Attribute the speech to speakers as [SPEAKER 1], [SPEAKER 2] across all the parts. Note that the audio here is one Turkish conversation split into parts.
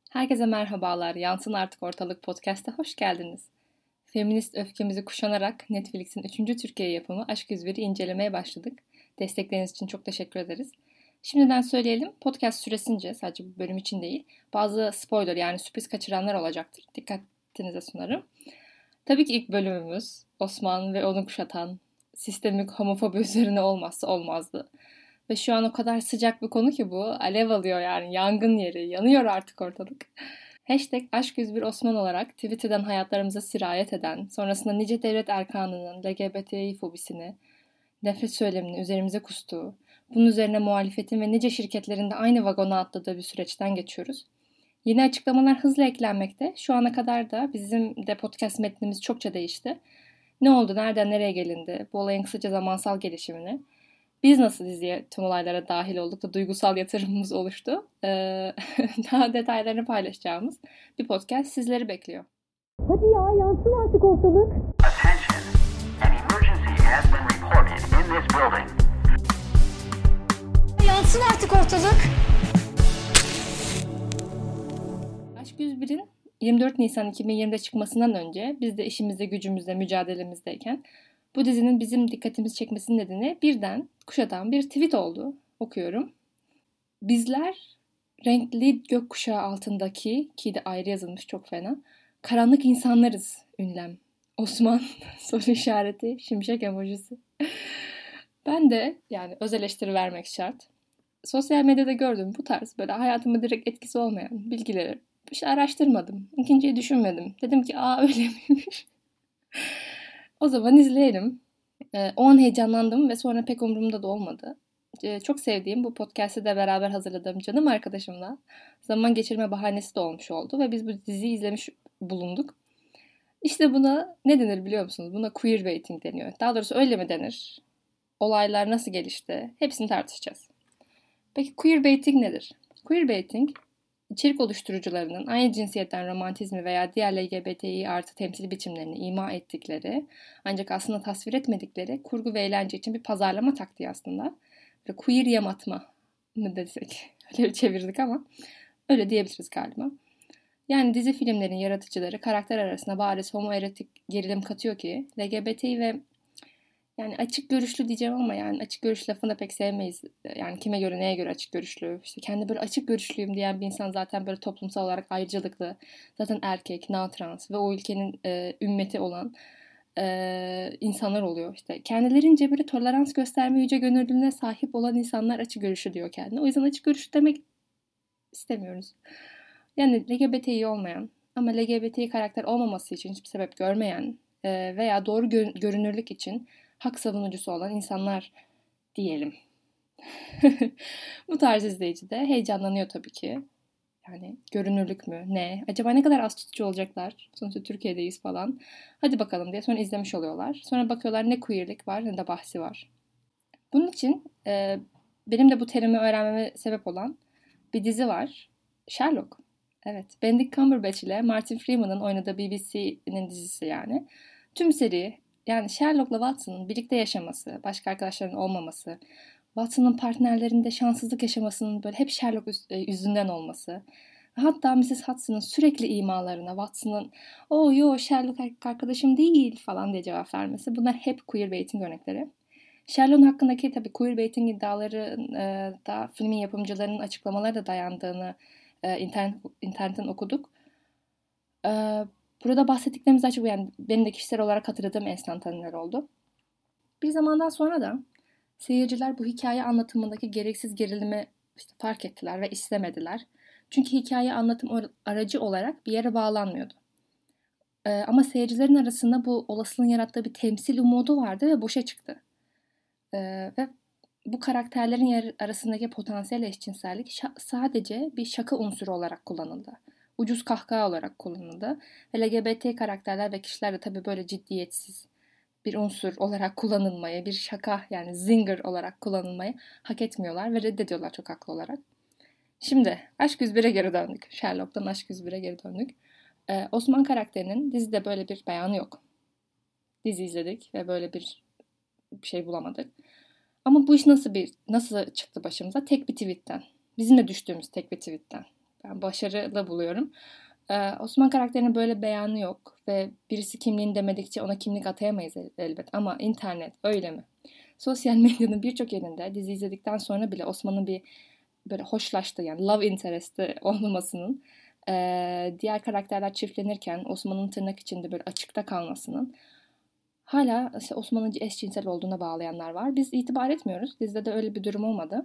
[SPEAKER 1] Herkese merhabalar. Yansın Artık Ortalık Podcast'a hoş geldiniz. Feminist öfkemizi kuşanarak Netflix'in 3. Türkiye yapımı Aşk 101'i incelemeye başladık. Destekleriniz için çok teşekkür ederiz. Şimdiden söyleyelim, podcast süresince sadece bu bölüm için değil, bazı spoiler yani sürpriz kaçıranlar olacaktır. Dikkatinize sunarım. Tabii ki ilk bölümümüz Osman ve onu kuşatan sistemik homofobi üzerine olmazsa olmazdı. Ve şu an o kadar sıcak bir konu ki bu. Alev alıyor yani. Yangın yeri. Yanıyor artık ortalık. Hashtag Aşk101 Osman olarak Twitter'dan hayatlarımıza sirayet eden, sonrasında nice devlet erkanının LGBTİ fobisini, nefret söylemini üzerimize kustuğu, bunun üzerine muhalefetin ve nice şirketlerin de aynı vagona atladığı bir süreçten geçiyoruz. Yeni açıklamalar hızla eklenmekte. Şu ana kadar da bizim de podcast metnimiz çokça değişti. Ne oldu, nereden nereye gelindi, bu olayın kısaca zamansal gelişimini, biz nasıl diziye tüm olaylara dahil olduk da duygusal yatırımımız oluştu. Daha detaylarını paylaşacağımız bir podcast sizleri bekliyor.
[SPEAKER 2] Hadi ya yansın artık ortalık.
[SPEAKER 3] Attention. An emergency has been reported in this building.
[SPEAKER 2] Yansın artık ortalık.
[SPEAKER 1] Aşk 101'in 24 Nisan 2020'de çıkmasından önce biz de işimizde, gücümüzde, mücadelemizdeyken bu dizinin bizim dikkatimizi çekmesinin nedeni birden kuşatan bir tweet oldu. Okuyorum. Bizler renkli gökkuşağı altındaki, ki de ayrı yazılmış çok fena, karanlık insanlarız ünlem. Osman soru işareti, şimşek emojisi. Ben de yani öz eleştiri vermek şart. Sosyal medyada gördüm bu tarz böyle hayatıma direkt etkisi olmayan bilgileri. İşte araştırmadım. İkinciyi düşünmedim. Dedim ki öyle miymiş? O zaman izleyelim. O an heyecanlandım ve sonra pek umurumda da olmadı. Çok sevdiğim bu podcast'i de beraber hazırladığım canım arkadaşımla zaman geçirme bahanesi de olmuş oldu ve biz bu diziyi izlemiş bulunduk. İşte buna ne denir biliyor musunuz? Buna queerbaiting deniyor. Daha doğrusu öyle mi denir? Olaylar nasıl gelişti? Hepsini tartışacağız. Peki queerbaiting nedir? Queerbaiting, içerik oluşturucularının aynı cinsiyetten romantizmi veya diğer LGBTİ artı temsil biçimlerini ima ettikleri ancak aslında tasvir etmedikleri kurgu ve eğlence için bir pazarlama taktiği aslında. Böyle queer yamatma mı desek? Öyle bir çevirdik ama öyle diyebiliriz galiba. Yani dizi filmlerin yaratıcıları karakter arasında bariz homoerotik gerilim katıyor ki LGBTİ ve yani açık görüşlü diyeceğim ama yani açık görüş lafını da pek sevmeyiz. Yani kime göre neye göre açık görüşlü. İşte kendi böyle açık görüşlüyüm diyen bir insan zaten böyle toplumsal olarak ayrıcalıklı. Zaten erkek, trans ve o ülkenin ümmeti olan insanlar oluyor. İşte kendilerince böyle tolerans gösterme yüce gönüllülüğüne sahip olan insanlar açık görüşlü diyor kendine. O yüzden açık görüşlü demek istemiyoruz. Yani LGBTİ olmayan ama LGBTİ karakter olmaması için hiçbir sebep görmeyen veya doğru görünürlük için hak savunucusu olan insanlar diyelim. Bu tarz izleyici de heyecanlanıyor tabii ki. Yani görünürlük mü? Ne? Acaba ne kadar az tutucu olacaklar? Sonuçta Türkiye'deyiz falan. Hadi bakalım diye sonra izlemiş oluyorlar. Sonra bakıyorlar ne queerlik var ne de bahsi var. Bunun için benim de bu terimi öğrenmeme sebep olan bir dizi var. Sherlock. Evet. Benedict Cumberbatch ile Martin Freeman'ın oynadığı BBC'nin dizisi yani. Tüm seri yani Sherlock'la Watson'ın birlikte yaşaması, başka arkadaşların olmaması, Watson'ın partnerlerinde şanssızlık yaşamasının böyle hep Sherlock yüzünden olması. Hatta Mrs. Hudson'ın sürekli imalarına Watson'ın yo Sherlock arkadaşım değil falan diye cevap vermesi. Bunlar hep queerbaiting örnekleri. Sherlock'un hakkındaki tabii queerbaiting iddiaları da filmin yapımcılarının açıklamaları da dayandığını internetten okuduk. Burada bahsettiklerimiz açık yani benim de kişisel olarak hatırladığım enstantaneler oldu. Bir zamandan sonra da seyirciler bu hikaye anlatımındaki gereksiz gerilimi işte fark ettiler ve istemediler. Çünkü hikaye anlatım aracı olarak bir yere bağlanmıyordu. Ama seyircilerin arasında bu olasılığın yarattığı bir temsil umudu vardı ve boşa çıktı. Ve bu karakterlerin arasındaki potansiyel eşcinsellik sadece bir şaka unsuru olarak kullanıldı. Ucuz kahkaha olarak kullanıldı. Ve LGBT karakterler ve kişiler de tabii böyle ciddiyetsiz bir unsur olarak kullanılmayı, bir şaka yani zinger olarak kullanılmayı hak etmiyorlar ve reddediyorlar çok haklı olarak. Şimdi Aşk 101'e geri döndük. Sherlock'tan Aşk 101'e geri döndük. Osman karakterinin dizide böyle bir beyanı yok. Dizi izledik ve böyle bir şey bulamadık. Ama bu iş nasıl çıktı başımıza? Tek bir tweetten. Bizim de düştüğümüz tek bir tweetten. ben başarılı buluyorum. Osman karakterinin böyle beyanı yok ve birisi kimliğini demedikçe ona kimlik atayamayız elbet. Ama internet öyle mi? Sosyal medyanın birçok yerinde dizi izledikten sonra bile Osman'ın bir böyle hoşlaştığı, yani love interest'i olmamasının, diğer karakterler çiftlenirken Osman'ın tırnak içinde böyle açıkta kalmasının hala işte Osman'ın eşcinsel olduğuna bağlayanlar var. Biz itibar etmiyoruz. Dizide de öyle bir durum olmadı.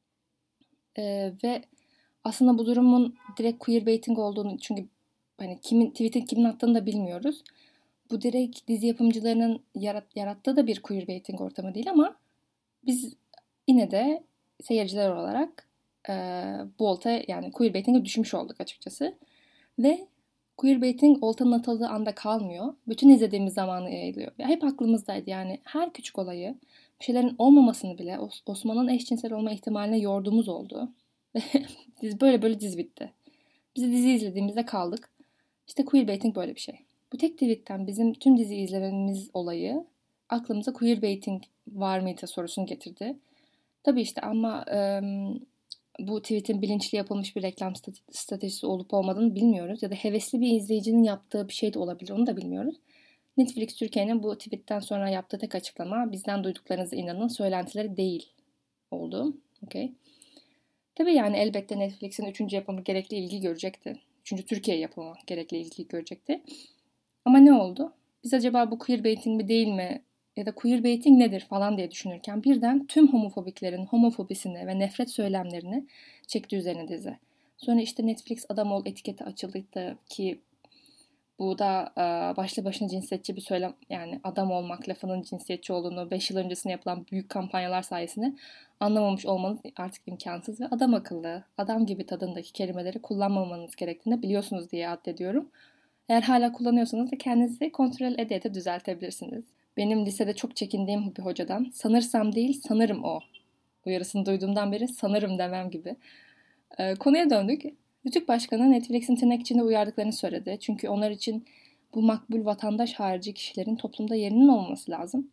[SPEAKER 1] Ve aslında bu durumun direkt queerbaiting olduğunu, çünkü hani tweet'in kimin attığını da bilmiyoruz. Bu direkt dizi yapımcılarının yarattığı da bir queerbaiting ortamı değil, ama biz yine de seyirciler olarak bu oltaya, yani queerbaiting'e düşmüş olduk açıkçası. Ve queerbaiting oltanın atıldığı anda kalmıyor. Bütün izlediğimiz zamanı yayılıyor. Ve hep aklımızdaydı, yani her küçük olayı, bir şeylerin olmamasını bile Osman'ın eşcinsel olma ihtimaline yorduğumuz oldu. Dizi böyle dizi bitti. Biz dizi izlediğimizde kaldık. İşte queerbaiting böyle bir şey. Bu tek tweetten bizim tüm dizi izlememiz olayı aklımıza queerbaiting var mıydı sorusunu getirdi. Tabii işte, ama bu tweetin bilinçli yapılmış bir reklam stratejisi olup olmadığını bilmiyoruz. Ya da hevesli bir izleyicinin yaptığı bir şey de olabilir, onu da bilmiyoruz. Netflix Türkiye'nin bu tweetten sonra yaptığı tek açıklama, bizden duyduklarınıza inanın, söylentileri değil oldu. Okay. Tabii yani elbette Netflix'in 3. yapımı gerekli ilgi görecekti. 3. Türkiye yapımı gerekli ilgi görecekti. Ama ne oldu? Biz acaba bu queerbaiting mi değil mi? Ya da queerbaiting nedir falan diye düşünürken birden tüm homofobiklerin homofobisini ve nefret söylemlerini çekti üzerine dizi. Sonra işte Netflix adam ol etiketi açıldı ki bu da başlı başına cinsiyetçi bir söylem. Yani adam olmak lafının cinsiyetçi olduğunu 5 yıl öncesinde yapılan büyük kampanyalar sayesinde anlamamış olmanız artık imkansız ve adam akıllı, adam gibi tadındaki kelimeleri kullanmamanız gerektiğini biliyorsunuz diye addediyorum. Eğer hala kullanıyorsanız da kendinizi kontrol ede düzeltebilirsiniz. Benim lisede çok çekindiğim bir hocadan sanırsam değil sanırım o uyarısını duyduğumdan beri sanırım demem gibi. Konuya döndük. Rütük Başkanı Netflix'in tırnak içinde uyardıklarını söyledi. Çünkü onlar için bu makbul vatandaş harici kişilerin toplumda yerinin olması lazım.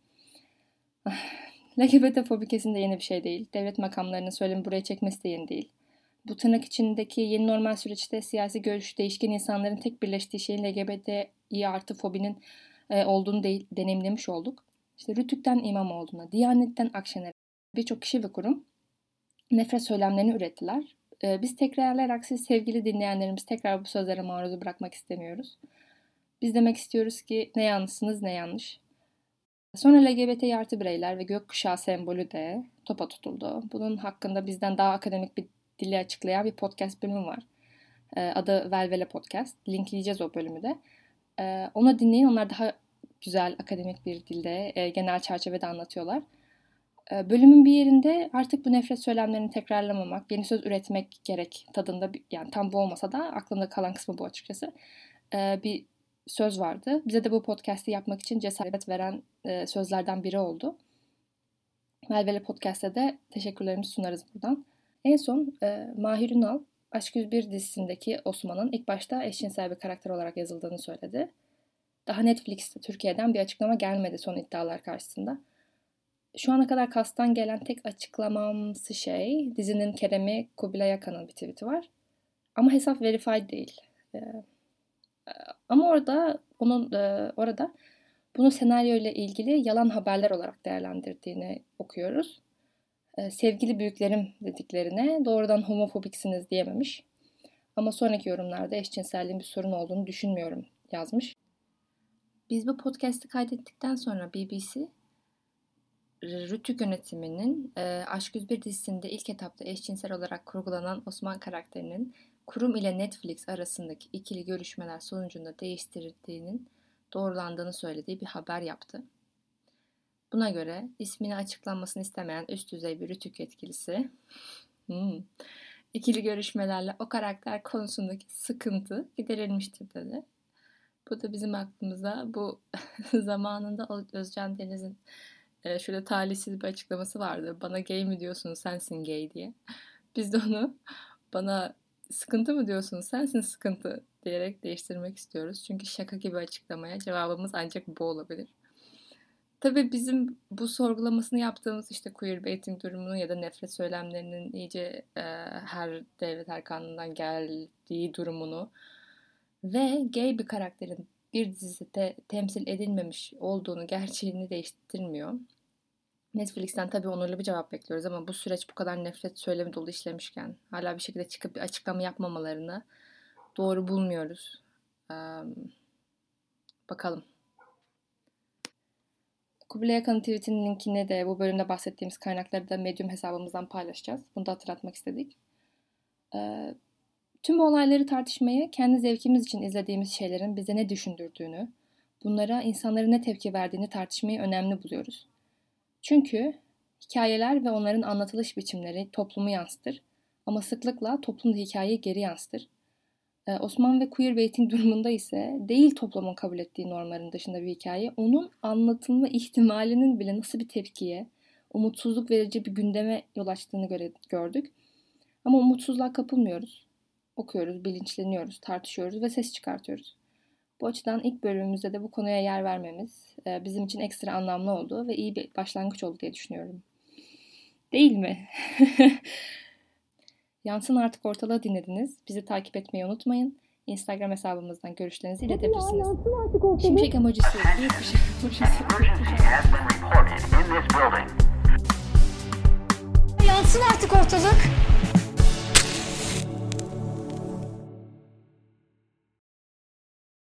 [SPEAKER 1] LGBT fobi kesin de yeni bir şey değil. Devlet makamlarının söylemi buraya çekmesi de yeni değil. Bu tırnak içindeki yeni normal süreçte siyasi görüş değişken insanların tek birleştiği şeyin LGBTİ artı fobinin olduğunu deneyimlemiş olduk. İşte Rütük'ten İmamoğlu'na, Diyanet'ten Akşener'e birçok kişi ve kurum nefret söylemlerini ürettiler. Biz tekrarlayarak siz sevgili dinleyenlerimiz tekrar bu sözlere maruz bırakmak istemiyoruz. Biz demek istiyoruz ki ne yanlışsınız ne yanlış. Sonra LGBT artı bireyler ve gökkuşağı sembolü de topa tutuldu. Bunun hakkında bizden daha akademik bir dili açıklayan bir podcast bölümü var. Adı Velvele Podcast. Linkleyeceğiz o bölümü de. Onu dinleyin. Onlar daha güzel akademik bir dilde, genel çerçevede anlatıyorlar. Bölümün bir yerinde artık bu nefret söylemlerini tekrarlamamak, yeni söz üretmek gerek tadında, yani tam bu olmasa da aklımda kalan kısmı bu açıkçası. Bir söz vardı. Bize de bu podcast'i yapmak için cesaret veren sözlerden biri oldu. Velvele Podcast'te de teşekkürlerimizi sunarız buradan. En son Mahir Ünal, Aşk 101 dizisindeki Osman'ın ilk başta eşcinsel bir karakter olarak yazıldığını söyledi. Daha Netflix'te Türkiye'den bir açıklama gelmedi son iddialar karşısında. Şu ana kadar kastan gelen tek açıklamamsı şey dizinin Kerem'i Kubilay Akan'ın bir tweet'i var. Ama hesap verified değil. Ama orada bunu senaryo ile ilgili yalan haberler olarak değerlendirdiğini okuyoruz. Sevgili büyüklerim dediklerine doğrudan homofobiksiniz diyememiş. Ama sonraki yorumlarda eşcinselliğin bir sorun olduğunu düşünmüyorum yazmış. Biz bu podcast'i kaydettikten sonra BBC, Rütük yönetiminin Aşk 101 dizisinde ilk etapta eşcinsel olarak kurgulanan Osman karakterinin kurum ile Netflix arasındaki ikili görüşmeler sonucunda değiştirildiğinin doğrulandığını söylediği bir haber yaptı. Buna göre ismini açıklanmasını istemeyen üst düzey bir Rütük yetkilisi ikili görüşmelerle o karakter konusundaki sıkıntı giderilmiştir dedi. Bu da bizim aklımıza bu zamanında Özcan Deniz'in şöyle talihsiz bir açıklaması vardı. Bana gay mi diyorsun sensin gay diye. Biz de onu bana sıkıntı mı diyorsun sensin sıkıntı diyerek değiştirmek istiyoruz. Çünkü şaka gibi açıklamaya cevabımız ancak bu olabilir. Tabii bizim bu sorgulamasını yaptığımız işte queerbaiting durumunu ya da nefret söylemlerinin iyice her devlet erkanından geldiği durumunu ve gay bir karakterin bir dizide temsil edilmemiş olduğunu gerçeğini değiştirmiyor. Netflix'ten tabii onurlu bir cevap bekliyoruz ama bu süreç bu kadar nefret söylemi dolu işlemişken hala bir şekilde çıkıp bir açıklama yapmamalarını doğru bulmuyoruz. Bakalım. Kubilay Akan'ın tweetinin linkini de bu bölümde bahsettiğimiz kaynakları da Medium hesabımızdan paylaşacağız. Bunu da hatırlatmak istedik. Tüm bu olayları tartışmayı kendi zevkimiz için izlediğimiz şeylerin bize ne düşündürdüğünü, bunlara insanların ne tepki verdiğini tartışmayı önemli buluyoruz. Çünkü hikayeler ve onların anlatılış biçimleri toplumu yansıtır ama sıklıkla toplum da hikayeyi geri yansıtır. Osman ve queerbaiting durumunda ise değil toplumun kabul ettiği normların dışında bir hikaye, onun anlatılma ihtimalinin bile nasıl bir tepkiye, umutsuzluk verici bir gündeme yol açtığını gördük. Ama umutsuzluğa kapılmıyoruz. Okuyoruz, bilinçleniyoruz, tartışıyoruz ve ses çıkartıyoruz. Bu açıdan ilk bölümümüzde de bu konuya yer vermemiz bizim için ekstra anlamlı oldu ve iyi bir başlangıç oldu diye düşünüyorum. Değil mi? Yansın Artık Ortalığı dinlediniz. Bizi takip etmeyi unutmayın. Instagram hesabımızdan görüşlerinizi iletebilirsiniz. Şimşek emojisi, bir kuşak emojisi.
[SPEAKER 3] An emergency has been reported in this building.
[SPEAKER 2] Yansın artık ortalık.